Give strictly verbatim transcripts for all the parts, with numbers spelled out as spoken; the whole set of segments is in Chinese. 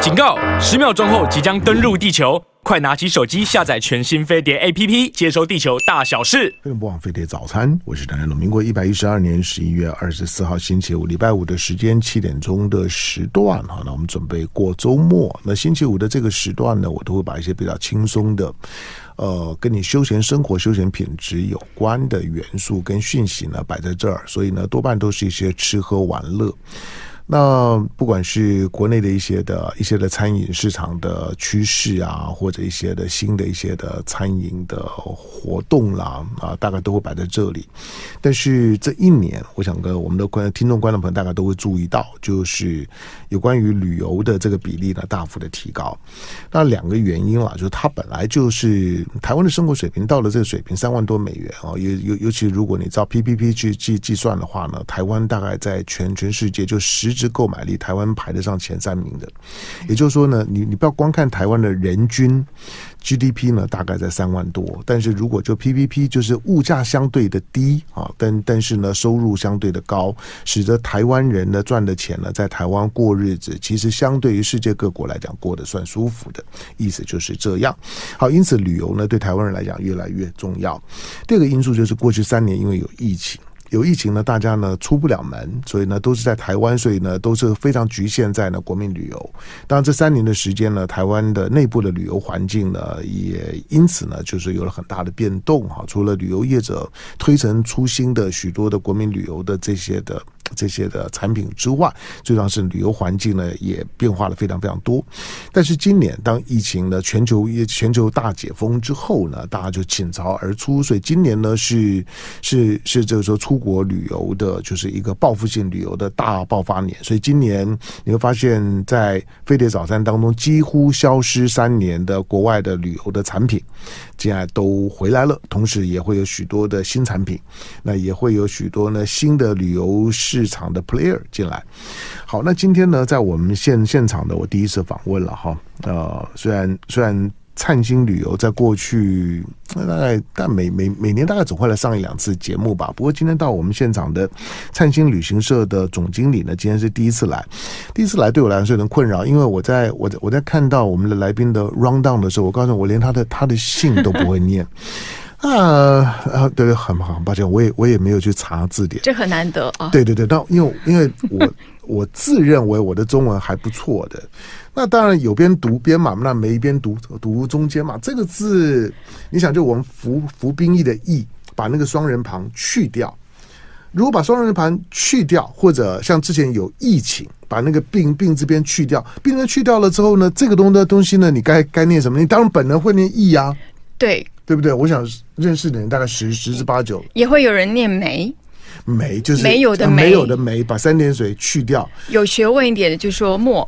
警告！十秒钟后即将登陆地球，快拿起手机下载全新飞碟 A P P， 接收地球大小事。 飞碟播网飞碟早餐，我是谭仁龙。民国一百一十二年十一月二十四号星期五，礼拜五的时间七点钟的时段哈，那我们准备过周末。那星期五的这个时段呢，我都会把一些比较轻松的。呃，跟你休闲生活、休闲品质有关的元素跟讯息呢摆在这儿，所以呢，多半都是一些吃喝玩乐。那不管是国内的一些的一些的餐饮市场的趋势啊，或者一些的新的一些的餐饮的活动啦啊，大概都会摆在这里。但是这一年，我想跟我们的观听众观众朋友大概都会注意到，就是有关于旅游的这个比例呢大幅的提高。那两个原因啦，就是它本来就是台湾的生活水平到了这个水平三万多美元啊，尤尤尤其如果你照 P P P 去计计算的话呢，台湾大概在全全世界就实质购买力，台湾排得上前三名的。也就是说呢，你你不要光看台湾的人均 G D P 呢，大概在三万多，但是如果就 P P P 就是物价相对的低啊，但但是呢收入相对的高，使得台湾人呢赚的钱呢在台湾过日子，其实相对于世界各国来讲过得算舒服的，意思就是这样。好，因此旅游呢对台湾人来讲越来越重要。第二个因素就是过去三年因为有疫情。有疫情呢，大家呢出不了门，所以呢都是在台湾，所以呢都是非常局限在呢国民旅游。当然，这三年的时间呢，台湾的内部的旅游环境呢，也因此呢就是有了很大的变动哈。除了旅游业者推陈出新的许多的国民旅游的这些的。这些的产品之外，最重要是旅游环境呢也变化了非常非常多。但是今年当疫情呢全球全球大解封之后呢，大家就倾巢而出，所以今年呢是是是就是说出国旅游的就是一个报复性旅游的大爆发年。所以今年你会发现在飞碟早餐当中几乎消失三年的国外的旅游的产品现在都回来了，同时也会有许多的新产品，那也会有许多呢新的旅游市场的 player 进来。好，那今天呢在我们现现场的我第一次访问了哈，呃，虽然虽然灿星旅游在过去大概但每每每年大概总会来上一两次节目吧，不过今天到我们现场的灿星旅行社的总经理呢，今天是第一次来，第一次来对我来说有点困扰，因为我在我在我在看到我们的来宾的 round down 的时候，我告诉你我连他的他的姓都不会念。啊啊，对对，很很抱歉，我也我也没有去查字典， 这很难得啊。 对对对，但因为因为我我自认为我的中文还不错的，那当然有边读边嘛，那没边读读中间嘛。这个字，你想就我们服服兵役的役，把那个双人旁去掉。如果把双人旁去掉，或者像之前有疫情，把那个病病这边去掉，病人去掉了之后呢，这个东的东西呢，你该该念什么？你当然本能会念役啊。 对。 对不对？我想认识的人大概十十之八九， 也会有人念梅， 梅就是没有的梅， 没有的梅，把三点水去掉。 有学问一点的就说墨。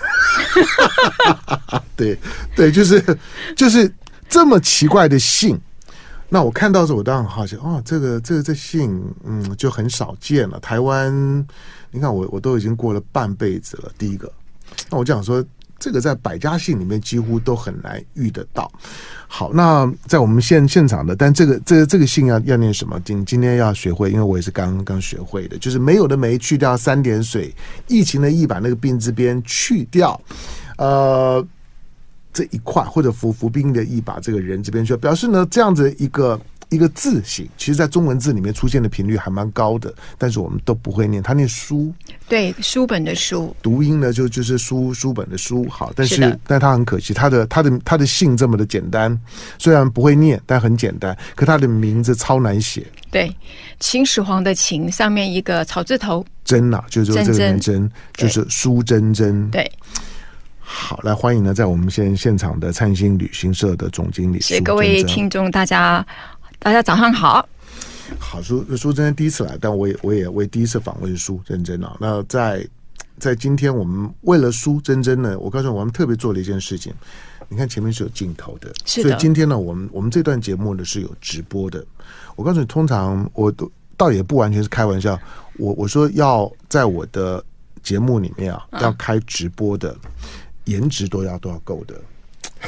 对对，就是就是这么奇怪的姓。那我看到的时候，我当然很好奇，哦，这个这个这姓，嗯，就很少见了。台湾，你看我我都已经过了半辈子了，第一个，那我讲说。这个在百家姓里面几乎都很难遇得到。好，那在我们现现场的，但这个这个这个姓要要念什么？今今天要学会，因为我也是刚刚学会的，就是没有的没去掉三点水，疫情的疫把那个病字边去掉，呃，这一块或者服服兵的役把这个人这边去掉，表示呢这样子一个。一个字形，其实在中文字里面出现的频率还蛮高的，但是我们都不会念，他念书， 对，书本的书， 读音呢就就是书书本的书，好，但是, 是但他很可惜，他的他的他的姓这么的简单，虽然不会念，但很简单，可他的名字超难写。 对，秦始皇的秦上面一个草字头， 真啊，就是这个念真，就是苏真真。 对。 好，来欢迎呢，在我们现现场的灿星旅行社的总经理， 是各位听众，大家。大家早上好。 好，苏苏真真第一次来，但我也我也我也第一次访问苏真真啊。那在在今天我们为了苏真真呢，我告诉你，我们特别做了一件事情。你看前面是有镜头的， 是的。 所以今天呢，我们我们这段节目呢是有直播的。我告诉你，通常我都倒也不完全是开玩笑，我我说要在我的节目里面啊，要开直播的，颜值都要都要够的。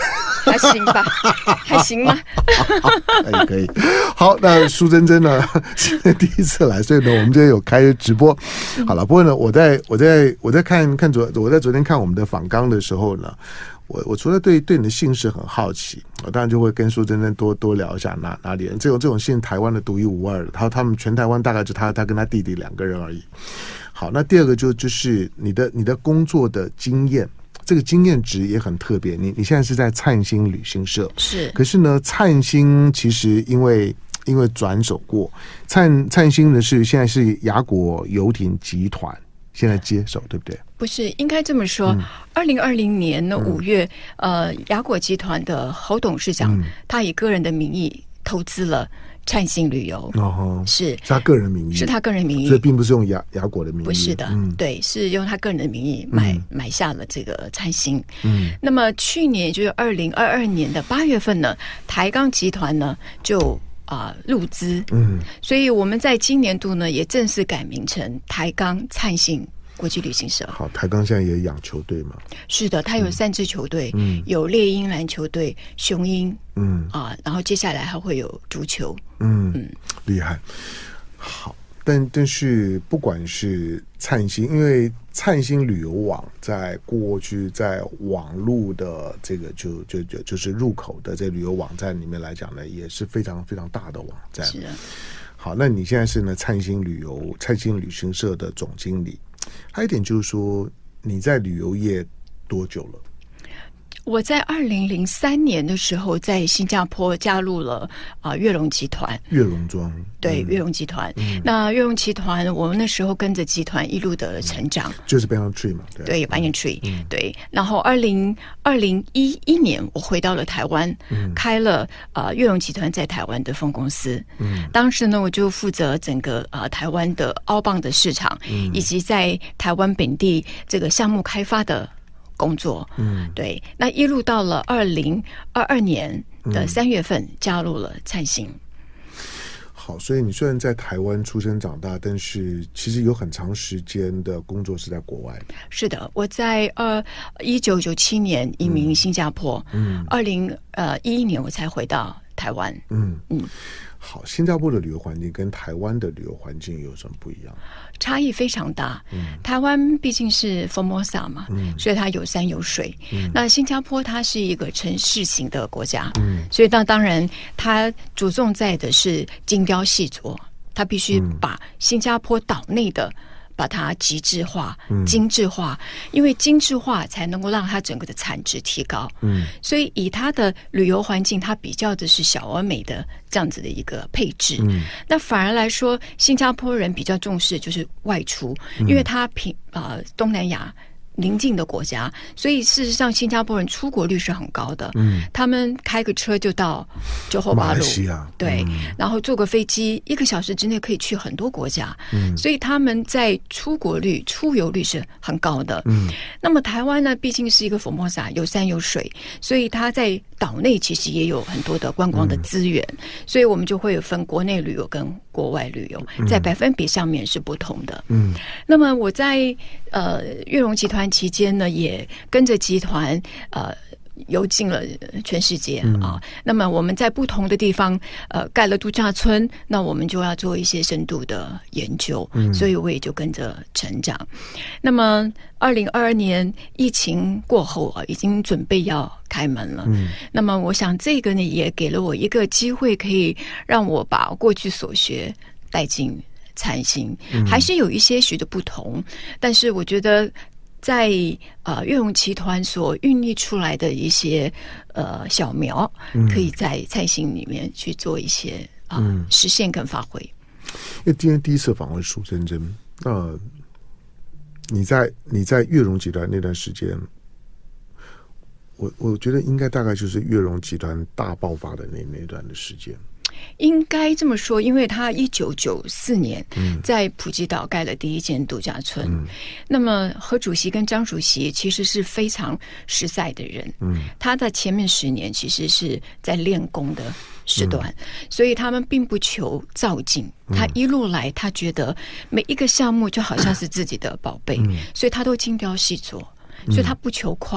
还行吧，还行吗？ 可以可以。好，那苏珍珍呢，现在第一次来，所以呢，我们今天有开直播。好了，不过呢，我在我在我在看看昨我在昨天看我们的访纲的时候呢。我我除了对对你的姓氏很好奇，我当然就会跟苏珍珍多多聊一下哪哪里人。这种这种姓台湾的独一无二的，他他们全台湾大概就他他跟他弟弟两个人而已。好，那第二个就就是你的你的工作的经验，这个经验值也很特别。你你现在是在灿星旅行社， 是， 可是呢，灿星其实因为因为转手过，灿灿星的是现在是雅果游艇集团。现在接手对不对？ 不是，应该这么说。二零二零年的五月，嗯、呃，雅果集团的侯董事长、嗯，他以个人的名义投资了灿星旅游。哦，是， 是他个人名义， 是他个人名义， 所以并不是用雅雅果的名义。 不是的，嗯、对，是用他个人的名义买、嗯、买下了这个灿星。嗯，那么去年就是二零二二年的八月份呢，台钢集团呢就。啊、呃，入资，嗯，所以我们在今年度呢也正式改名成台钢灿星国际旅行社。 好，台钢现在也养球队嘛？ 是的，它有三支球队，嗯，有猎鹰篮球队、雄鹰，嗯啊，然后接下来还会有足球， 嗯嗯，厉害。好，但但是不管是灿星，因为灿星旅游网在过去在网络的这个就就就就是入口的这旅游网站里面来讲呢，也是非常非常大的网站。 是啊。 好，那你现在是呢灿星旅游灿星旅行社的总经理，还有一点就是说你在旅游业多久了？ 我在二零零三年的时候，在新加坡加入了啊、呃、悦龙集团。 悦龙庄对，悦龙集团。嗯、那悦龙集团，我们那时候跟着集团一路的成长， 嗯、就是 Banyan Tree 嘛，对， 对 Banyan Tree，、嗯、对。然后二零二零一一年，我回到了台湾，嗯、开了啊悦龙集团在台湾的分公司。嗯，当时呢，我就负责整个啊、呃、台湾的澳棒的市场，嗯、以及在台湾本地这个项目开发的工作。嗯，对，那一路到了二零二二年的三月份，加入了灿星。 好，所以你虽然在台湾出生长大，但是其实有很长时间的工作是在国外的。 是的，我在呃一九九七年移民新加坡，嗯，二零呃一一年我才回到台湾。嗯嗯。 好，新加坡的旅游环境跟台湾的旅游环境有什么不一样？ 差异非常大。嗯、台湾毕竟是 Formosa 嘛，嗯、所以它有山有水。嗯、那新加坡它是一个城市型的国家，嗯、所以那当然它着重在的是精雕细琢，它必须把新加坡岛内的把它极致化、精致化，因为精致化才能够让它整个的产值提高。嗯，所以以它的旅游环境，它比较的是小而美的这样子的一个配置。嗯，那反而来说，新加坡人比较重视就是外出，因为它平啊、呃、东南亚邻近的国家，所以事实上新加坡人出国率是很高的。嗯，他们开个车就到九后八路，对、嗯，然后坐个飞机一个小时之内可以去很多国家。嗯，所以他们在出国率、出游率是很高的。嗯，那么台湾呢，毕竟是一个佛摩萨，有山有水，所以它在岛内其实也有很多的观光的资源，嗯、所以我们就会有分国内旅游跟国外旅游，在百分比上面是不同的。嗯，那么我在呃悦龙集团期间呢，也跟着集团呃游进了全世界啊、嗯。那么我们在不同的地方呃盖了度假村，那我们就要做一些深度的研究，嗯、所以我也就跟着成长。那么二零二二年疫情过后啊，已经准备要开门了。嗯，那么我想这个呢，也给了我一个机会，可以让我把过去所学带进灿星，还是有一些许的不同，但是我觉得在呃悦龙集团所孕育出来的一些呃小苗，可以在灿星里面去做一些啊、呃嗯、实现跟发挥。 因为今天第一次访问苏珍珍，那、呃、你在你在悦龙集团那段时间，我我觉得应该大概就是悦龙集团大爆发的那那段的时间。 应该这么说，因为他一九九四年在普吉岛盖了第一间度假村。嗯、那么何主席跟张主席其实是非常实在的人。嗯，他的前面十年其实是在练功的时段，嗯、所以他们并不求造进。他一路来，他觉得每一个项目就好像是自己的宝贝，嗯、所以他都精雕细琢，所以他不求快。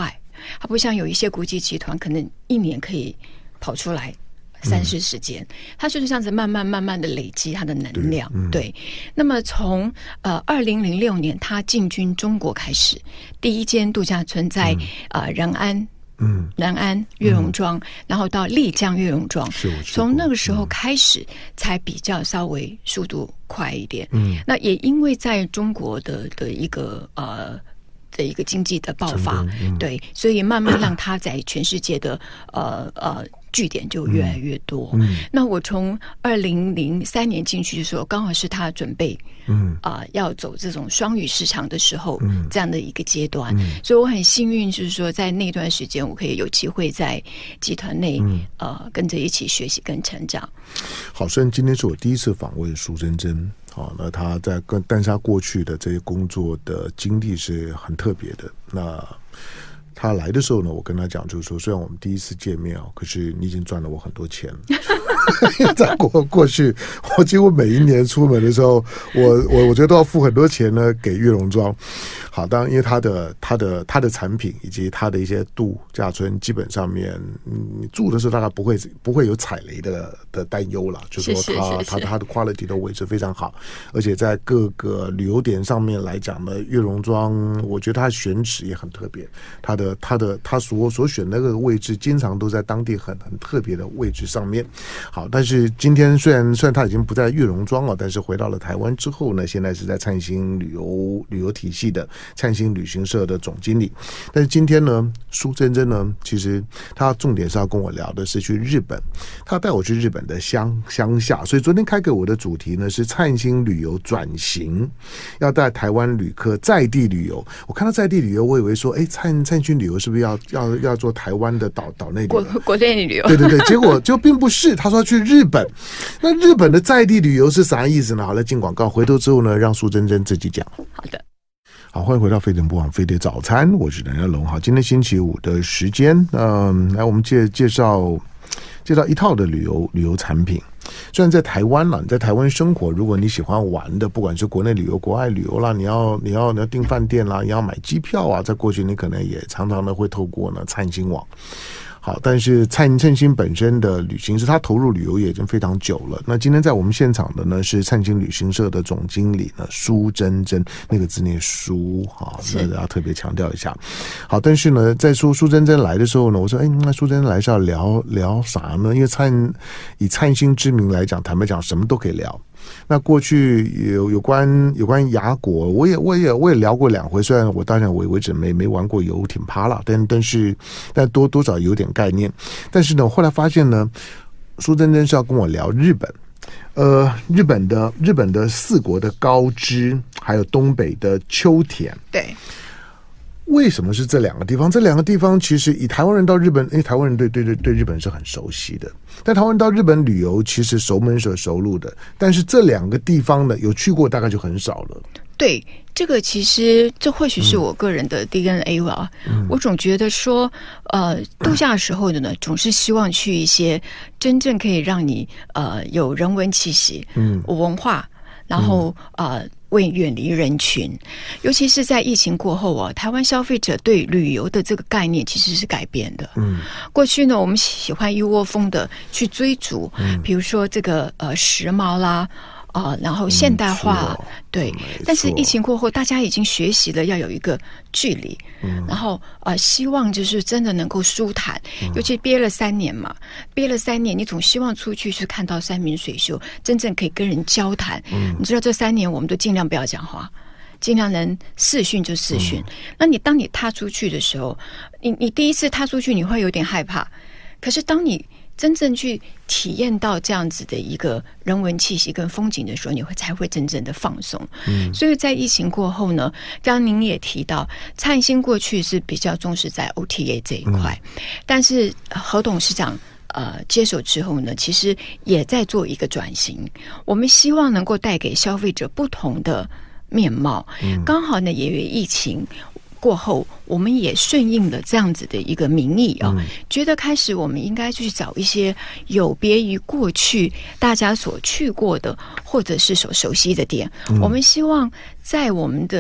它不像有一些国际集团可能一年可以跑出来三四十间，它就是这样子慢慢慢慢的累积它的能量。对，嗯、对。那么从呃二零零六年它进军中国开始，第一间度假村在、嗯、呃仁安。嗯，南安月榕庄、嗯，然后到丽江月榕庄，从那个时候开始、嗯、才比较稍微速度快一点。嗯，那也因为在中国的的一个呃的一个经济的爆发，嗯、对，所以慢慢让它在全世界的呃呃据点就越来越多。嗯，那我从二零零三年进去的时候，刚好是他准备嗯啊、呃、要走这种双语市场的时候，嗯，这样的一个阶段，嗯，所以我很幸运，就是说在那段时间，我可以有机会在集团内、嗯、呃跟着一起学习跟成长。 好，虽然今天是我第一次访问苏真真。好，那他在跟，但是他过去的这些工作的经历是很特别的。那他来的时候呢，我跟他讲，就是说，虽然我们第一次见面啊，可是你已经赚了我很多钱了。因为在过过去，我几乎每一年出门的时候，我我我觉得都要付很多钱呢给月榕庄。好，当然因为他的他的他的产品以及他的一些度假村，基本上面你住的时候大概不会不会有踩雷的的担忧了，就是说他他他的 quality 都维持非常好，而且在各个旅游点上面来讲呢，月榕庄我觉得他选址也很特别，他的他的他所所选那个位置，经常都在当地很很特别的位置上面。好，但是今天虽然虽然他已经不在月榕庄了，但是回到了台湾之后呢，现在是在灿星旅游旅游体系的灿星旅行社的总经理。但是今天呢，苏真真呢，其实他重点是要跟我聊的是去日本，他带我去日本的乡乡下，所以昨天开给我的主题呢是灿星旅游转型，要带台湾旅客在地旅游。我看到在地旅游，我以为说，哎，灿灿星旅游是不是要要要做台湾的岛岛内旅游？ 国国内旅游？ 对对对，结果就并不是。他说去日本，那日本的在地旅游是啥意思呢？好了，进广告，回头之后呢，让苏真真自己讲。 好的。 好，欢迎回到飞碟播网飞碟早餐，我是梁家龙。好，今天星期五的时间，嗯，来我们介介绍介绍一套的旅游旅游产品。虽然在台湾了，你在台湾生活，如果你喜欢玩的，不管是国内旅游、国外旅游啦，你要你要你要订饭店啦，你要买机票啊，在过去你可能也常常的会透过呢灿星网。好，但是灿灿星本身的旅行是他投入旅游业已经非常久了。那今天在我们现场的呢是灿星旅行社的总经理呢苏真真，那个字念苏，好，那要特别强调一下。好，但是呢，在苏苏真真来的时候呢，我说，哎，那苏真真来是要聊聊啥呢？因为灿以灿星之名来讲，坦白讲，什么都可以聊。那过去有有关有关雅果，我也我也我也聊过两回，虽然我当然我为止没没玩过游艇趴啦，但但是但多多少有点概念。但是呢，我后来发现呢，苏真真是要跟我聊日本，呃，日本的日本的四国的高知，还有东北的秋田， 对。 为什么是这两个地方？这两个地方其实以台湾人到日本，因为台湾人对对对对日本是很熟悉的，但台湾人到日本旅游其实熟门熟熟路的，但是这两个地方呢，有去过大概就很少了。 对，这个其实这或许是我个人的 D N A 吧。嗯、我总觉得说，呃，度假的时候的呢，总是希望去一些真正可以让你呃有人文气息、嗯文化，然后呃。为远离人群，尤其是在疫情过后啊，台湾消费者对旅游的这个概念其实是改变的。嗯，过去呢，我们喜欢一窝蜂的去追逐，嗯，比如说这个呃时髦啦。啊、呃，然后现代化，嗯、对，但是疫情过后，大家已经学习了要有一个距离，嗯，然后呃，希望就是真的能够舒坦，嗯、尤其憋了三年嘛，憋了三年，你总希望出去去看到山明水秀，真正可以跟人交谈。嗯，你知道这三年我们都尽量不要讲话，尽量能视讯就视讯。嗯、那你当你踏出去的时候，你你第一次踏出去你会有点害怕，可是当你真正去体验到这样子的一个人文气息跟风景的时候，你会才会真正的放松。嗯，所以在疫情过后呢，刚刚您也提到，灿星过去是比较重视在 O T A 这一块，嗯、但是何董事长呃接手之后呢，其实也在做一个转型。我们希望能够带给消费者不同的面貌，嗯、刚好呢也有疫情。过后，我们也顺应了这样子的一个民意啊、哦，嗯、觉得开始我们应该去找一些有别于过去大家所去过的，或者是所熟悉的店。嗯、我们希望在我们的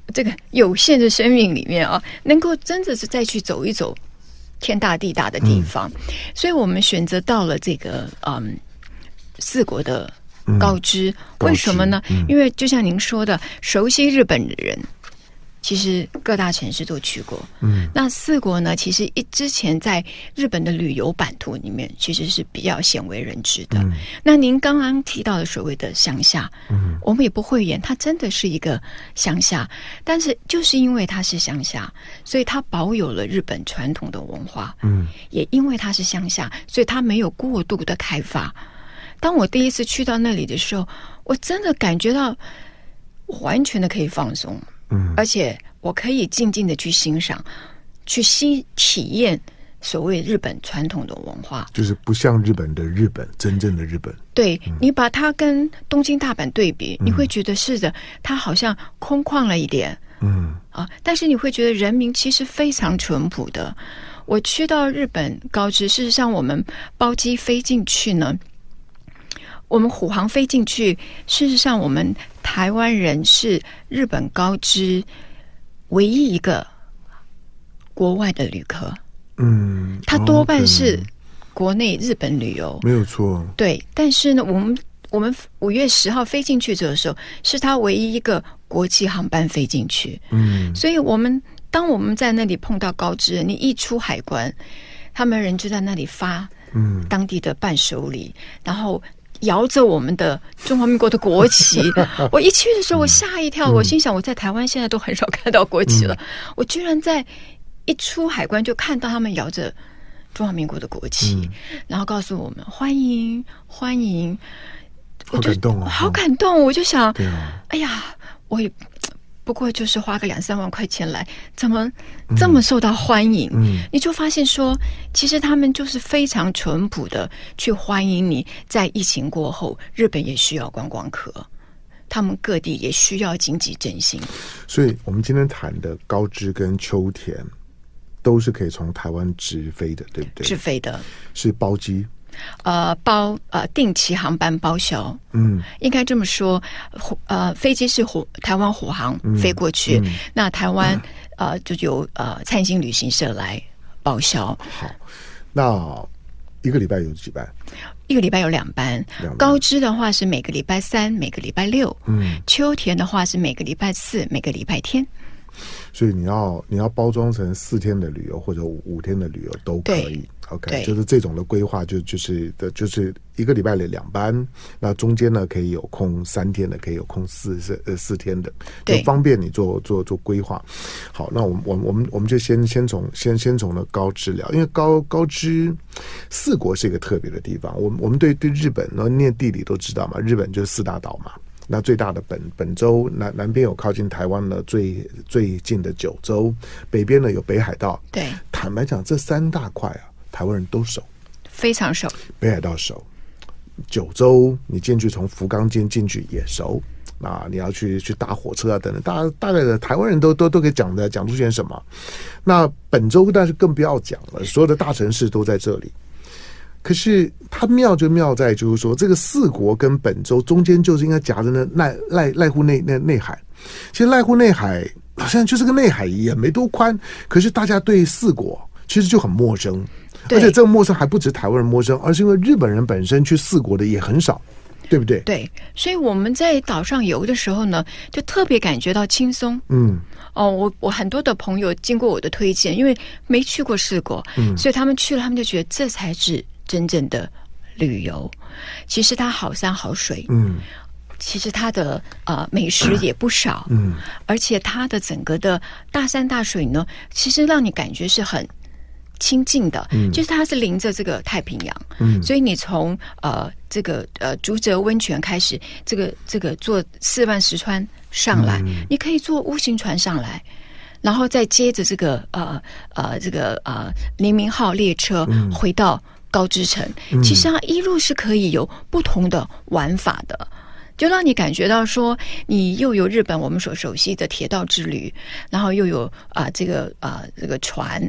这个有限的生命里面啊，能够真的是再去走一走天大地大的地方，嗯、所以我们选择到了这个嗯四国的高知，嗯、为什么呢？嗯、因为就像您说的，熟悉日本的人。其实各大城市都去过，嗯，那四国呢，其实一之前在日本的旅游版图里面，其实是比较鲜为人知的。嗯、那您刚刚提到的所谓的乡下，嗯，我们也不讳言，它真的是一个乡下，但是就是因为它是乡下，所以它保有了日本传统的文化，嗯，也因为它是乡下，所以它没有过度的开发。当我第一次去到那里的时候，我真的感觉到我完全的可以放松。嗯，而且我可以静静的去欣赏，去欣体验所谓日本传统的文化， 就是不像日本的日本，真正的日本。 对、嗯、你把它跟东京、大阪对比，你会觉得是的，它好像空旷了一点，嗯啊，但是你会觉得人民其实非常淳朴的。我去到日本高知，事实上我们包机飞进去呢。我们虎航飞进去，事实上我们台湾人是日本高知唯一一个国外的旅客。嗯，他多半是国内日本旅游， 没有错。 对，但是呢，我们我们五月十号飞进去的时候，是他唯一一个国际航班飞进去。嗯，所以我们当我们在那里碰到高知人，你一出海关，他们人就在那里发嗯当地的伴手礼，然后。摇着我们的中华民国的国旗，我一去的时候我吓一跳，嗯、我心想我在台湾现在都很少看到国旗了，嗯、我居然在一出海关就看到他们摇着中华民国的国旗，嗯、然后告诉我们欢迎欢迎， 好感动哦， 好感动！我就想， 啊、 哎呀，我也不过就是花个两三万块钱来，怎么这么受到欢迎？嗯，你就发现说，其实他们就是非常淳朴的去欢迎你。在疫情过后，日本也需要观光客，他们各地也需要经济振兴。 所以，我们今天谈的高知跟秋田，都是可以从台湾直飞的，对不对？ 直飞的， 是包机。 呃，包呃定期航班报销，嗯，应该这么说，呃，飞机是虎台湾虎航飞过去，嗯嗯、那台湾、嗯、呃就由呃灿星旅行社来报销。 好，那一个礼拜有几班？ 一个礼拜有两班。两班高知的话是每个礼拜三、每个礼拜六，嗯，秋田的话是每个礼拜四、每个礼拜天。 所以你要你要包装成四天的旅游或者五天的旅游都可以。OK， 就是这种的规划就就是的就是一个礼拜的两班，那中间呢可以有空三天的，可以有空四四呃四天的，就方便你做做做规划。好，那我们我们我们我们就先先从先先从了高知聊，因为高高知四国是一个特别的地方。我们我们对对日本，然后念地理都知道嘛，日本就是四大岛嘛。那最大的本本州南南边有靠近台湾的最最近的九州，北边呢有北海道。 对， 坦白讲，这三大块啊，台湾人都熟， 非常熟。 北海道熟，九州你进去从福冈进进去也熟。那你要去去搭火车啊等等，大大概的台湾人都都都可以讲的讲出些什么。那本州但是更不要讲了，所有的大城市都在这里。可是它妙就妙在就是说，这个四国跟本州中间就是应该夹着那濑濑濑户内那内海。其实濑户内海好像就是个内海，也没多宽，可是大家对四国其实就很陌生，而且这个陌生还不止台湾人陌生，而是因为日本人本身去四国的也很少，对不对？ 对，所以我们在岛上游的时候呢，就特别感觉到轻松。嗯，哦，我我很多的朋友经过我的推荐，因为没去过四国，嗯，所以他们去了，他们就觉得这才是真正的旅游。其实它好山好水，嗯，其实它的呃美食也不少，嗯，而且它的整个的大山大水呢，其实让你感觉是很亲近的，嗯，就是它是临着这个太平洋，嗯，所以你从呃这个呃竹泽温泉开始，这个这个坐四万石川上来，嗯，你可以坐屋型船上来。然后再接着这个呃呃这个呃黎明号列车回到高知城，嗯，其实它一路是可以有不同的玩法的，就让你感觉到说，你又有日本我们所熟悉的铁道之旅，然后又有啊，呃、这个啊，呃、这个船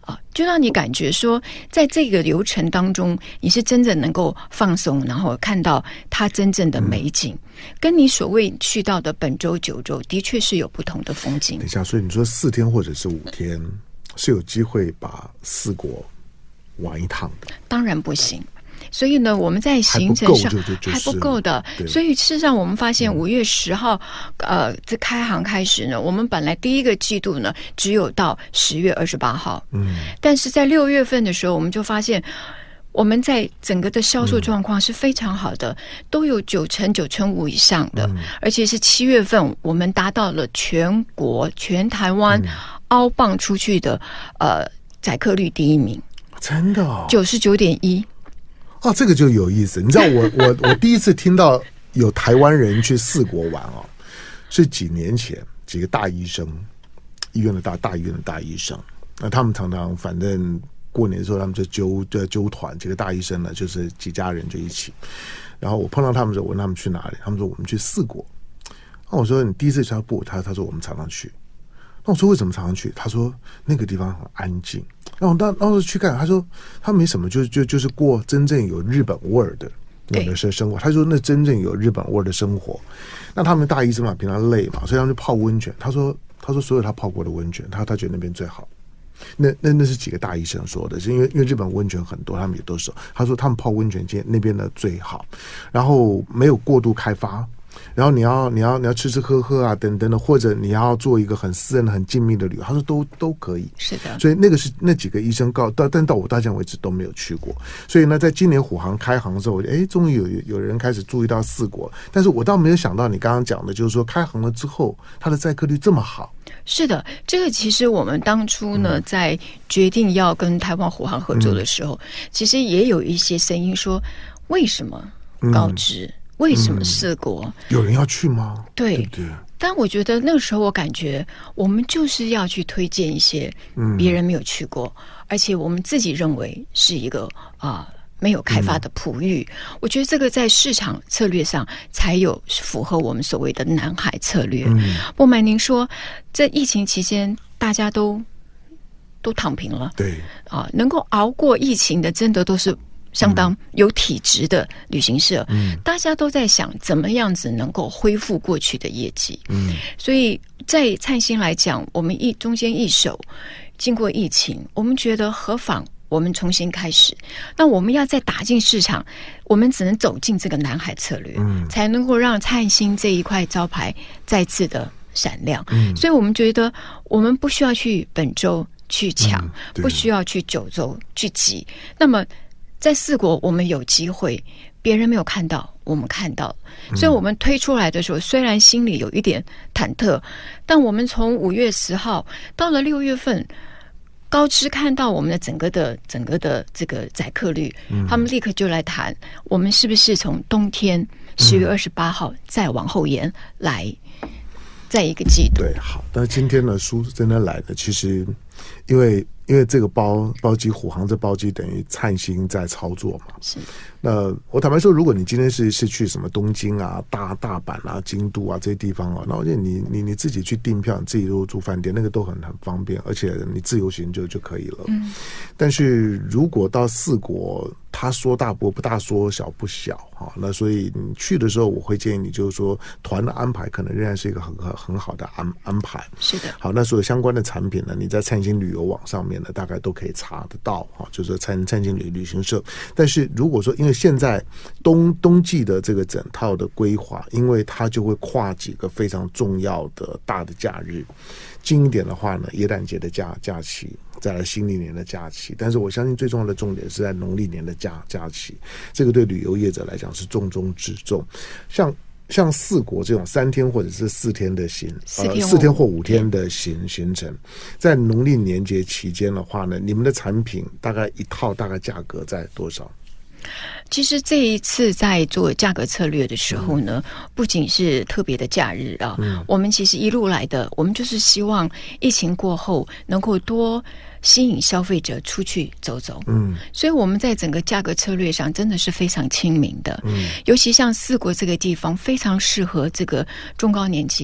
啊，就让你感觉说，在这个流程当中，你是真的能够放松，然后看到它真正的美景，嗯、跟你所谓去到的本州、九州，的确是有不同的风景。 等一下，所以你说四天或者是五天，是有机会把四国玩一趟的？ 当然不行。所以呢，我们在行程上还不够的，所以事实上我们发现五月十号，呃，这开航开始呢，我们本来第一个季度呢只有到十月二十八号，嗯，但是在六月份的时候，我们就发现我们在整个的销售状况是非常好的，嗯、都有九成九成五以上的，嗯、而且是七月份我们达到了全国全台湾凹棒出去的呃载客率第一名， 真的哦， 九十九点一。 哦，这个就有意思。你知道我我我第一次听到有台湾人去四国玩哦，是几年前几个大医生，医院的大大医院的大医生，那他们常常反正过年的时候他们就揪就揪团，几个大医生呢就是几家人就一起。然后我碰到他们的时候，我问他们去哪里，他们说我们去四国。那我说你第一次去不？他他说我们常常去。那我说为什么常常去？他说那个地方很安静。然后当当时去看，他说他没什么，就就就是过真正有日本味儿的那个是生活。他说那真正有日本味儿的生活。那他们大医生嘛，平常累嘛，所以他们就泡温泉。他说他说所有他泡过的温泉，他他觉得那边最好。那那那是几个大医生说的，是因为因为日本温泉很多，他们也都熟。他说他们泡温泉间那边的最好，然后没有过度开发。然后你要你要你要吃吃喝喝啊等等的，或者你要做一个很私人的很静谧的旅游，他说都都可以。 是的， 所以那个是那几个医生告，到但到我到现在为止都没有去过。所以呢，在今年虎航开航的时候，哎，终于有有人开始注意到四国，但是我倒没有想到你刚刚讲的，就是说开航了之后，它的载客率这么好。 是的，这个其实我们当初呢，在决定要跟台湾虎航合作的时候，嗯、其实也有一些声音说，为什么高知？嗯为什么四国、嗯、 有人要去吗？ 对， 对不对？ 但我觉得那个时候我感觉我们就是要去推荐一些别人没有去过，嗯、而且我们自己认为是一个啊、呃、没有开发的璞玉。嗯、我觉得这个在市场策略上才有符合我们所谓的南海策略。嗯、不瞒您说，在疫情期间大家都都躺平了， 对啊、呃，能够熬过疫情的，真的都是相当有体质的旅行社，嗯，大家都在想怎么样子能够恢复过去的业绩，嗯，所以在灿星来讲，我们一中间一手，经过疫情，我们觉得何妨我们重新开始。那我们要再打进市场，我们只能走进这个南海策略，嗯，才能够让灿星这一块招牌再次的闪亮。嗯，所以我们觉得我们不需要去本州去抢，嗯、不需要去九州去挤，那么。在四国，我们有机会，别人没有看到，我们看到，所以我们推出来的时候，虽然心里有一点忐忑，但我们从五月十号到了六月份，高知看到我们的整个的整个的这个载客率，嗯、他们立刻就来谈，我们是不是从冬天十月二十八号再往后延来，在一个季度。 对，好，那今天呢，书真的来的，其实因为。因为这个包包机虎航这包机等于灿星在操作嘛， 是。 那我坦白说，如果你今天是是去什么东京啊、大大阪啊、京都啊这些地方啊，那我觉得你你你自己去订票，你自己入住饭店，那个都很很方便，而且你自由行就就可以了。嗯。但是如果到四国，他说大不不大，说小不小哈。那所以你去的时候，我会建议你就是说，团的安排可能仍然是一个很很很好的安安排。 是的。 好，那所有相关的产品呢，你在灿星旅游网上面呢，大概都可以查得到哈，就是灿灿星旅旅行社。但是如果说因为现在冬冬季的这个整套的规划，因为它就会跨几个非常重要的大的假日，近一点的话呢，耶诞节的假假期，再来新历年的假期。但是我相信最重要的重点是在农历年的假假期，这个对旅游业者来讲是重中之重。像像四国这种三天或者是四天的行，呃，四天或五天的行行程，在农历年节期间的话呢，你们的产品大概一套大概价格在多少？ 其实这一次在做价格策略的时候呢，嗯、不仅是特别的假日啊，嗯、我们其实一路来的，我们就是希望疫情过后能够多吸引消费者出去走走。嗯，所以我们在整个价格策略上真的是非常亲民的。嗯，尤其像四国这个地方，非常适合这个中高年纪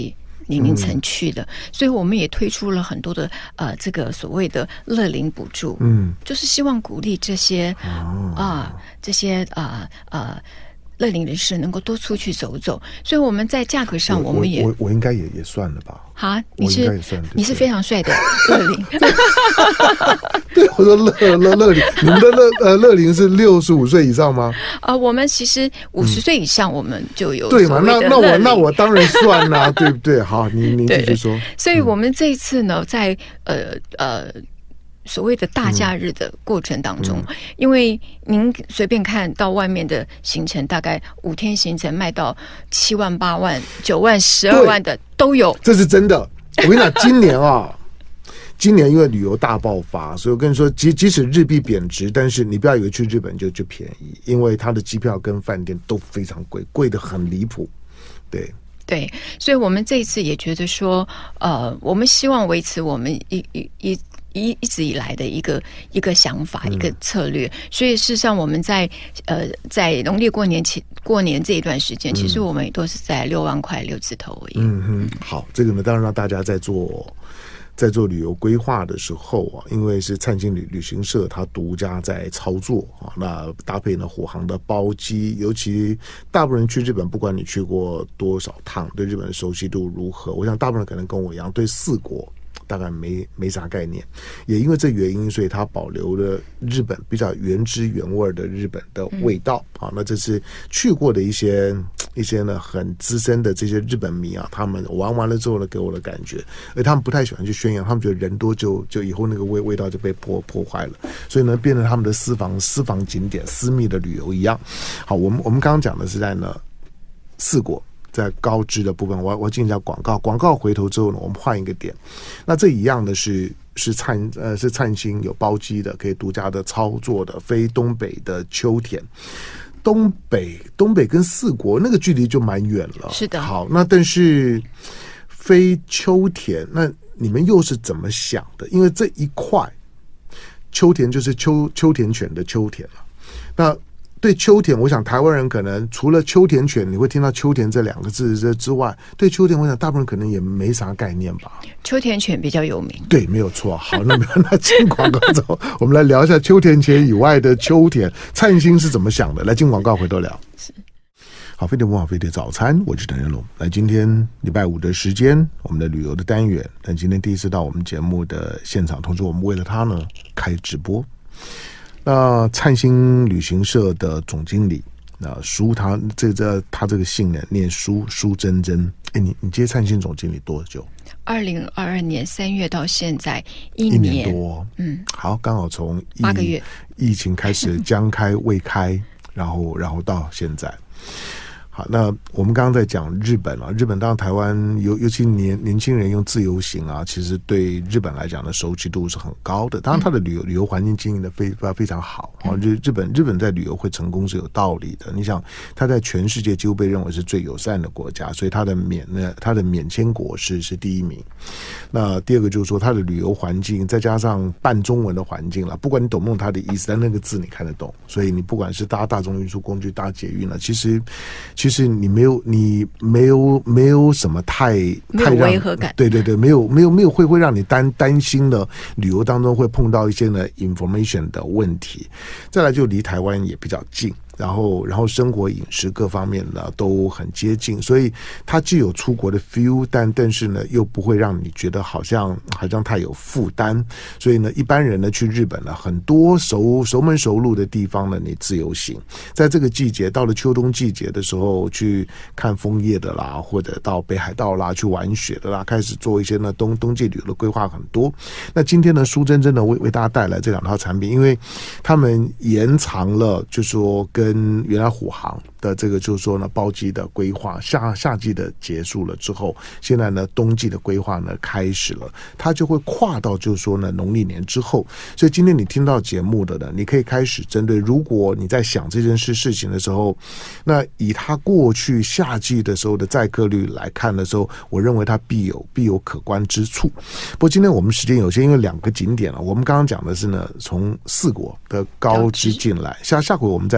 年龄层去的，嗯、所以我们也推出了很多的呃这个所谓的乐龄补助，嗯，就是希望鼓励这些啊、哦呃、这些啊呃。呃乐龄人士能够多出去走走，所以我们在价格上我们也我, 我, 我应该也也算了吧？ 哈，你是你是非常帅的乐龄， 对，我说乐乐乐龄，你们的乐呃乐龄是六十五岁以上吗？ 啊、呃，我们其实五十岁以上我们就有对嘛？那那我那我当然算啦、啊，对不对？好，你你继续说。 所以我们这一次呢，在呃呃。所谓的大假日的过程当中、嗯、因为您随便看到外面的行程，大概五天行程卖到七万八万九万十二万的都有， 这是真的。我跟你讲今年啊今年因为旅游大爆发，所以我跟你说即即使日币贬值，但是你不要以为去日本就就便宜，因为它的机票跟饭店都非常贵，贵得很离谱。对对，所以我们这一次也觉得说呃，我们希望维持我们一一一一一直以来的一个一个想法、嗯、一个策略，所以事实上我们在呃在农历过年前过年这一段时间、嗯，其实我们也都是在六万块六字头而已。嗯哼，好，这个呢，当然让大家在做在做旅游规划的时候啊，因为是灿星旅旅行社它独家在操作啊，那搭配呢虎航的包机，尤其大部分人去日本，不管你去过多少趟，对日本的熟悉度如何，我想大部分人可能跟我一样，对四国大概没没啥概念，也因为这原因，所以它保留了日本比较原汁原味的日本的味道、嗯、啊。那这是去过的一些一些呢很资深的这些日本迷啊，他们玩完了之后呢，给我的感觉，而他们不太喜欢去宣扬，他们觉得人多就就以后那个味味道就被破破坏了，所以呢，变成他们的私房私房景点、私密的旅游一样。好，我们我们刚刚讲的是在呢四国。在高知的部分，我我进一下广告，广告回头之后呢，我们换一个点。那这一样的是是灿呃是灿星有包机的，可以独家的操作的，飞东北的秋田。东北东北跟四国那个距离就蛮远了， 是的。 好，那但是飞秋田，那你们又是怎么想的？因为这一块秋田就是秋秋田犬的秋田了，那。对秋田，我想台湾人可能除了秋田犬，你会听到秋田这两个字之外，对秋田，我想大部分人可能也没啥概念吧。 秋田犬比较有名， 对，没有错。好，那么那进广告之后，我们来聊一下秋田犬以外的秋田，灿星是怎么想的？来进广告回头聊。是。好，飞碟文化飞碟早餐，我是谭仁龙。来，今天礼拜五的时间，我们的旅游的单元，但今天第一次到我们节目的现场，同时我们为了他呢开直播。那灿星旅行社的总经理，那苏他这个他这个姓呢念苏苏珍珍。哎，你你接灿星总经理多久？ 二零二二年三月到现在一年， 年一年多。嗯，好，刚好从八个月疫情开始将开未开，然后然后到现在。好，那我们刚刚在讲日本啊，日本当然台湾尤尤其年年轻人用自由行啊，其实对日本来讲的熟悉度是很高的。当然，它的旅游旅游环境经营的非非常好啊。日日本日本在旅游会成功是有道理的。你想，它在全世界几乎被认为是最友善的国家，所以它的免呢，它的免签国是是第一名。那第二个就是说，它的旅游环境再加上半中文的环境了，不管你懂不懂它的意思，但那个字你看得懂，所以你不管是搭大众运输工具、搭捷运了，其实其实你没有你没有没有什么太没有违和感， 对对对，没有没有没有会会让你担担心的旅游当中会碰到一些呢 information 的问题。再来就离台湾也比较近。然后，然后生活饮食各方面呢都很接近，所以它既有出国的 feel， 但但是呢又不会让你觉得好像好像太有负担。所以呢，一般人呢去日本呢，很多熟熟门熟路的地方呢，你自由行。在这个季节，到了秋冬季节的时候，去看枫叶的啦，或者到北海道啦去玩雪的啦，开始做一些呢冬冬季旅游的规划很多。那今天呢，苏珍珍呢为为大家带来这两套产品，因为他们延长了，就说跟跟原来虎航的这个就是说呢，包机的规划，夏夏季的结束了之后，现在呢冬季的规划呢开始了，它就会跨到就是说呢农历年之后。所以今天你听到节目的呢，你可以开始针对，如果你在想这件事事情的时候，那以它过去夏季的时候的载客率来看的时候，我认为它必有必有可观之处。不过今天我们时间有限，因为两个景点了，我们刚刚讲的是呢从四国的高知进来，下下回我们在这个我觉得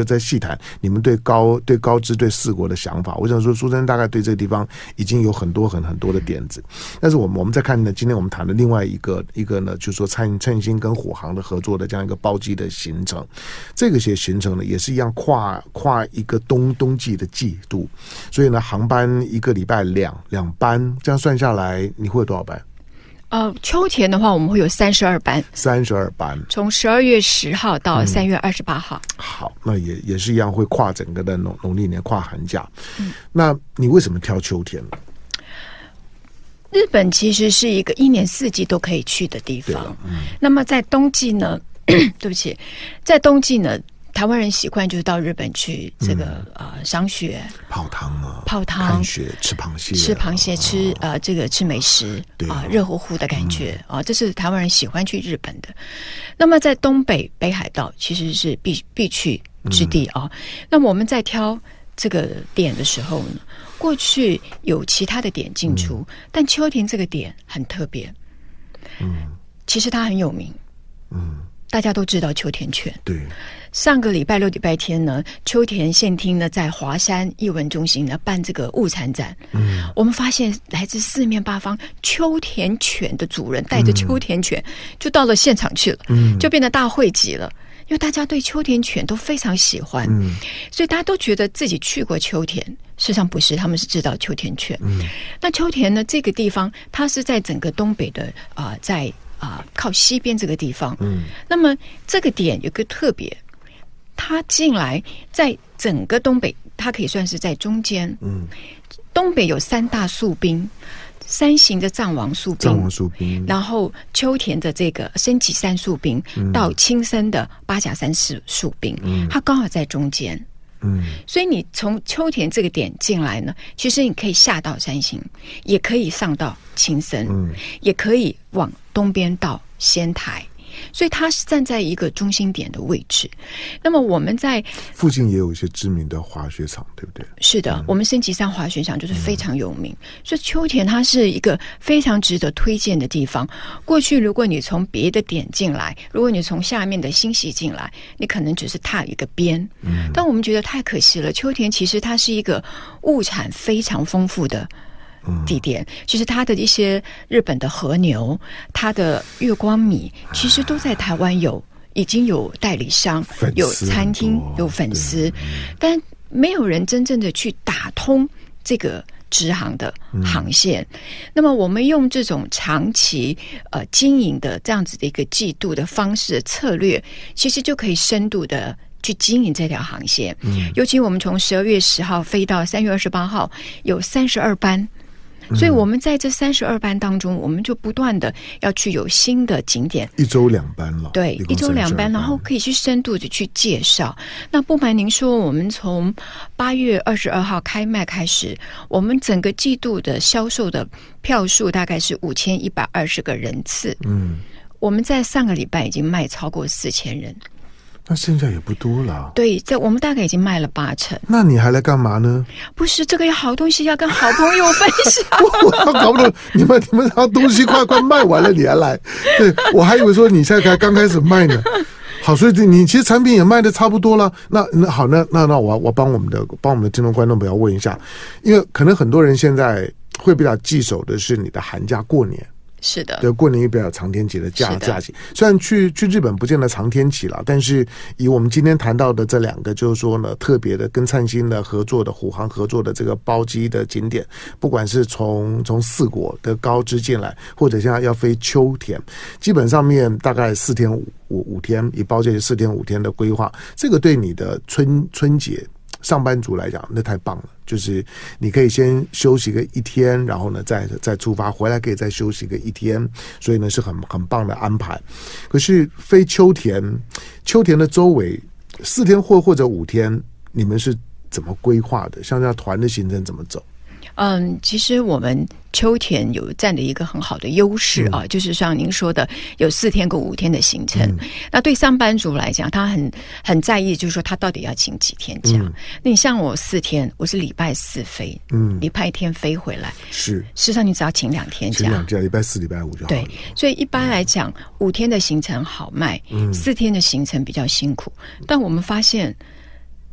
就在细谈你们对高对高知对四国的想法。我想说，书生大概对这个地方已经有很多很很多的点子。但是我们我们再看呢，今天我们谈的另外一个一个呢，就是说灿灿星跟虎航的合作的这样一个包机的行程，这个些行程呢也是一样跨跨一个冬冬季的季度，所以呢，航班一个礼拜两两班，这样算下来，你会有多少班？ 呃，秋田的话，我们会有三十二班， 三十二班， 从十二月十号到三月二十八号。 嗯、好，那也也是一样，会跨整个的农农历年，跨寒假。嗯，那你为什么挑秋田呢？ 日本其实是一个一年四季都可以去的地方。嗯，那么在冬季呢，对不起，在冬季呢。台湾人习惯就是到日本去这个、嗯、呃赏雪、 泡汤啊、 泡汤、 看雪、吃螃蟹、 吃螃蟹、吃、哦、呃这个吃美食啊、呃，热乎乎的感觉啊、嗯呃，这是台湾人喜欢去日本的。那么在东北北海道其实是必必去之地啊、嗯。那么我们在挑这个点的时候呢，过去有其他的点进出，嗯、但秋田这个点很特别。嗯，其实它很有名。嗯。大家都知道秋田犬。 对， 上个礼拜六礼拜天呢，秋田县厅呢在华山艺文中心呢办这个物产展。嗯，我们发现来自四面八方秋田犬的主人带着秋田犬、嗯、就到了现场去了，嗯，就变得大汇集了。因为大家对秋田犬都非常喜欢，嗯，所以大家都觉得自己去过秋田。事实上不是，他们是知道秋田犬。嗯，那秋田呢这个地方，它是在整个东北的啊、呃，在。啊，靠西边这个地方，嗯，那么这个点有个特别，它进来在整个东北，它可以算是在中间，嗯，东北有三大宿兵，山形的藏王宿兵， 藏王宿兵， 然后秋田的这个升级山宿兵，嗯、到青森的八甲山宿兵，嗯，它刚好在中间。嗯，所以你从秋田这个点进来呢，其实你可以下到山形，也可以上到青森，嗯，也可以往东边到仙台，所以它是站在一个中心点的位置。那么我们在附近也有一些知名的滑雪场，对不对？ 是的，嗯、我们升级山滑雪场就是非常有名，嗯、所以秋田它是一个非常值得推荐的地方。过去如果你从别的点进来，如果你从下面的新溪进来，你可能只是踏一个边，嗯，但我们觉得太可惜了。秋田其实它是一个物产非常丰富的地点，其实它的一些日本的和牛，它的月光米，其实都在台湾有，已经有代理商、有餐厅、有粉丝，但没有人真正的去打通这个直航的航线。嗯、那么我们用这种长期呃经营的这样子的一个季度的方式策略，其实就可以深度的去经营这条航线。嗯，尤其我们从十二月十号飞到三月二十八号，有三十二班。所以我们在这三十二班当中，我们就不断的要去有新的景点， 一周两班了。 对，一周两班，然后可以去深度的去介绍。那不瞒您说，我们从八月二十二号开卖开始，我们整个季度的销售的票数大概是五千一百二十个人次。嗯，我们在上个礼拜已经卖超过四千人。 那现在也不多了。 对，在我们大概已经卖了八成。 那你还来干嘛呢？ 不是，这个有好东西要跟好朋友分享。 我搞不懂你们你们好东西快快卖完了，你还来？对，我还以为说你现在才刚开始卖呢。好，所以你其实产品也卖的差不多了。那那好，那那那我我帮我们的帮我们的听众观众朋友问一下，因为可能很多人现在会比较棘手的是你的寒假过年。 是的， 对，过年也比较有长天期的假假期。虽然去去日本不见得长天期了，但是以我们今天谈到的这两个，就是说呢，特别的跟灿星的合作的虎航合作的这个包机的景点，不管是从从四国的高知进来，或者现在要飞秋田，基本上面大概四天五五五天，以包机四天五天的规划，这个对你的春春节上班族来讲，那太棒了。就是你可以先休息个一天，然后呢再再出发，回来可以再休息个一天，所以呢是很很棒的安排。可是飞秋田，秋田的周围四天或或者五天，你们是怎么规划的？像这样团的行程怎么走？ 嗯，其实我们秋田有占的一个很好的优势啊，嗯、就是像您说的，有四天跟五天的行程。嗯、那对上班族来讲，他很很在意，就是说他到底要请几天假。嗯、那你像我四天，我是礼拜四飞，嗯，礼拜天飞回来， 是。 事实上，你只要请两天假， 请两假，礼拜四、礼拜五就好了。 对，所以一般来讲，五天的行程好卖，嗯、四天的行程比较辛苦。但我们发现，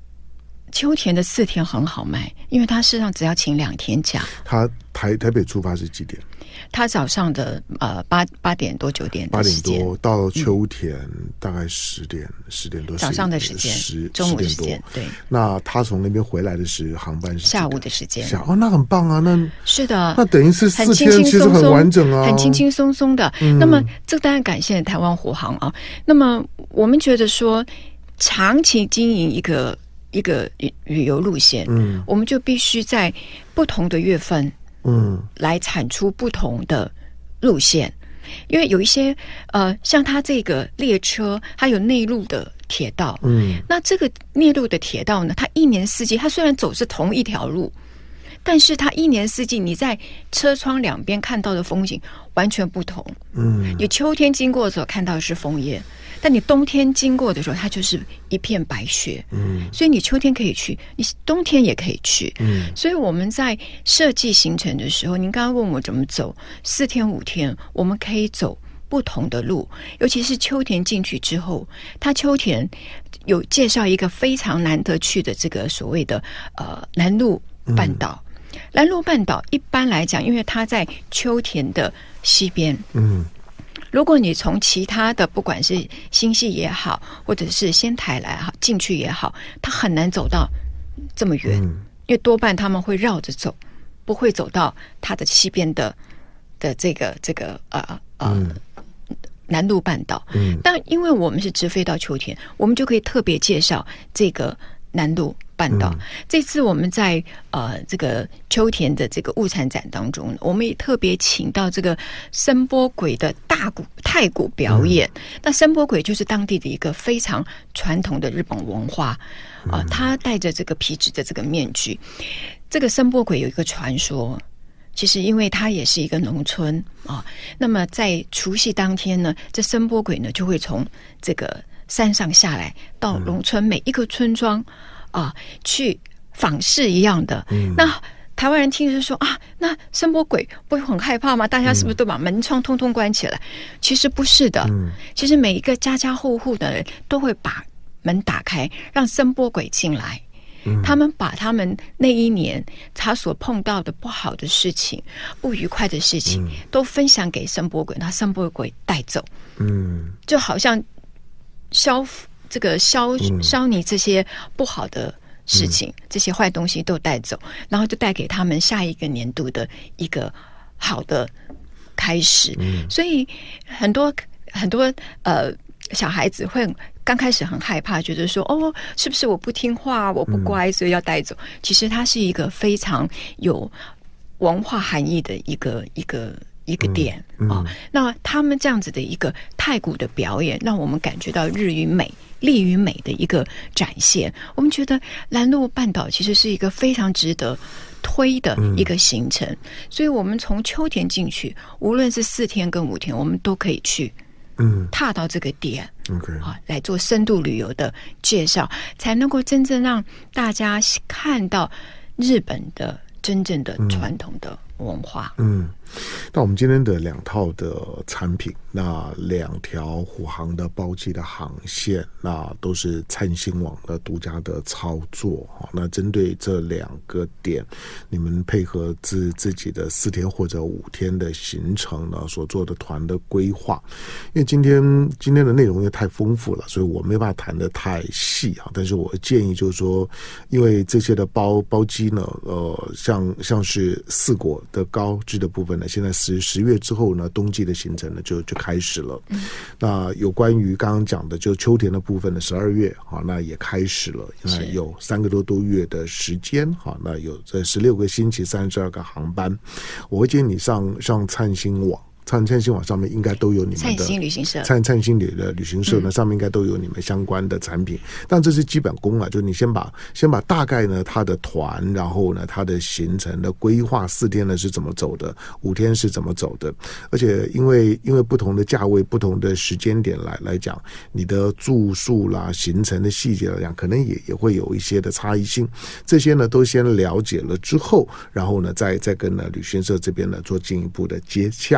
秋田的四天很好卖，因为他事实上只要请两天假。 他台台北出发是几点？ 他早上的呃八八点多九点的时间， 八点多到秋田、嗯、大概十点十点多， 早上的时间， 十中午的时间，对。 那他从那边回来的是航班是下午的时间， 下哦，那很棒啊，那是的， 那等于是四天，其实很完整啊， 很轻轻松松的。嗯、那么这当然感谢台湾虎航啊。那么我们觉得说，长期经营一个一个旅游路线，嗯，我们就必须在不同的月份。嗯，来产出不同的路线，因为有一些呃，像它这个列车，它有内陆的铁道，嗯，那这个内陆的铁道呢，它一年四季，它虽然走是同一条路，但是它一年四季你在车窗两边看到的风景完全不同，嗯，你秋天经过的时候看到的是枫叶。但你冬天经过的时候，它就是一片白雪，嗯，所以你秋天可以去，你冬天也可以去，嗯，所以我们在设计行程的时候，您刚刚问我怎么走，四天五天，我们可以走不同的路，尤其是秋田进去之后，它秋田有介绍一个非常难得去的这个所谓的呃南陆半岛。嗯、南陆半岛一般来讲，因为它在秋田的西边，嗯。如果你从其他的不管是新系也好，或者是仙台来好进去也好，它很难走到这么远，嗯、因为多半他们会绕着走，不会走到它的西边的的这个这个呃呃、嗯、南陆半岛。嗯，但因为我们是直飞到秋田，我们就可以特别介绍这个南陆半岛。嗯、这次我们在呃这个秋田的这个物产展当中，我们也特别请到这个声波鬼的大鼓太鼓表演。嗯、那声波鬼就是当地的一个非常传统的日本文化啊、呃，他戴着这个皮质的这个面具。这个声波鬼有一个传说，其实因为它也是一个农村啊，那么在除夕当天呢，这声波鬼呢就会从这个山上下来，到农村每一个村庄啊去访视一样的。嗯、那台湾人听着说啊，那声波鬼不会很害怕吗？大家是不是都把门窗通通关起来？嗯、其实不是的，嗯、其实每一个家家户户的人都会把门打开，让声波鬼进来。嗯、他们把他们那一年他所碰到的不好的事情、不愉快的事情，嗯、都分享给声波鬼，那声波鬼带走。嗯，就好像消这个消消你这些不好的事情，嗯、这些坏东西都带走，然后就带给他们下一个年度的一个好的开始。嗯、所以很多很多呃小孩子会刚开始很害怕，觉得说哦，是不是我不听话，我不乖，所以要带走？嗯、其实它是一个非常有文化含义的一个一个一个点啊、嗯嗯哦。那他们这样子的一个太鼓的表演，让我们感觉到日与美、力与美的一个展现。我们觉得南陆半岛其实是一个非常值得推的一个行程，嗯、所以我们从秋田进去，无论是四天跟五天，我们都可以去。嗯，踏到这个点 ，OK 啊，来做深度旅游的介绍，才能够真正让大家看到日本的真正的传统的文化。嗯， 那我们今天的两套的产品，那两条虎航的包机的航线，那都是灿星网的独家的操作。那针对这两个点，你们配合自自己的四天或者五天的行程呢，所做的团的规划。因为今天今天的内容因为太丰富了，所以我没办法谈得太细啊。但是我建议就是说，因为这些的包包机呢，呃，像像是四国的高知的部分呢，现在十十月之后呢，冬季的行程呢就就开始了。嗯、那有关于刚刚讲的就秋田的部分呢，十二月啊，那也开始了，那有三个多多月的时间哈，那有这十六个星期，三十二个航班，我会建议你上上灿星网。灿灿星网上面应该都有你们的灿星旅行社， 灿灿星旅的旅行社呢，嗯、上面应该都有你们相关的产品。但这是基本功啊，就是你先把先把大概呢它的团，然后呢它的行程的规划，四天呢是怎么走的，五天是怎么走的。而且因为因为不同的价位、不同的时间点来来讲，你的住宿啦、行程的细节来讲，可能也也会有一些的差异性。这些呢都先了解了之后，然后呢再再跟呢旅行社这边呢做进一步的接洽哈。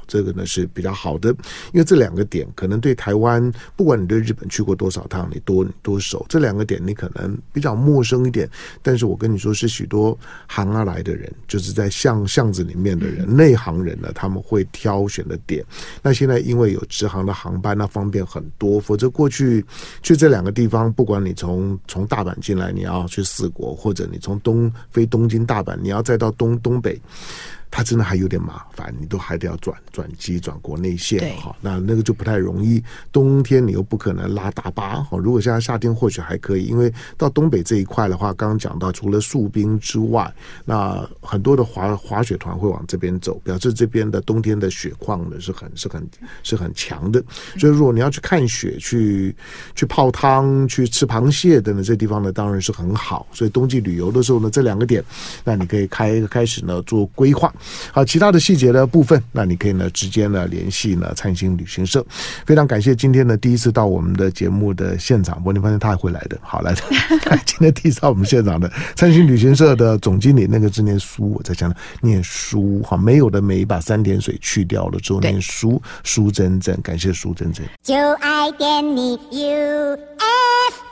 这个呢是比较好的，因为这两个点可能对台湾，不管你对日本去过多少趟，你多你多熟，这两个点你可能比较陌生一点，但是我跟你说是许多行而来的人，就是在巷巷子里面的人，内行人呢他们会挑选的点。那现在因为有直航的航班，那方便很多，否则过去去这两个地方，不管你从从大阪进来，你要去四国，或者你从东飞东京大阪，你要再到东东北，它真的还有点麻烦，你都还得要转转机转国内线哈，那那个就不太容易。冬天你又不可能拉大巴哈，如果现在夏天或许还可以，因为到东北这一块的话，刚刚讲到除了树冰之外，那很多的滑滑雪团会往这边走，表示这边的冬天的雪况呢是很是很是很强的。所以如果你要去看雪、去去泡汤、去吃螃蟹等等，这地方呢当然是很好。所以冬季旅游的时候呢，这两个点，那你可以开开始呢做规划。好，其他的细节的部分，那你可以呢直接呢联系呢灿星旅行社。非常感谢今天呢第一次到我们的节目的现场，不过你发现他还会来的，好来的。今天第一次到我们现场的灿星旅行社的总经理，那个字念书，我在讲念书，好，没有的每把三点水去掉了之后念书，苏真真，感谢苏真真，就爱点你 U F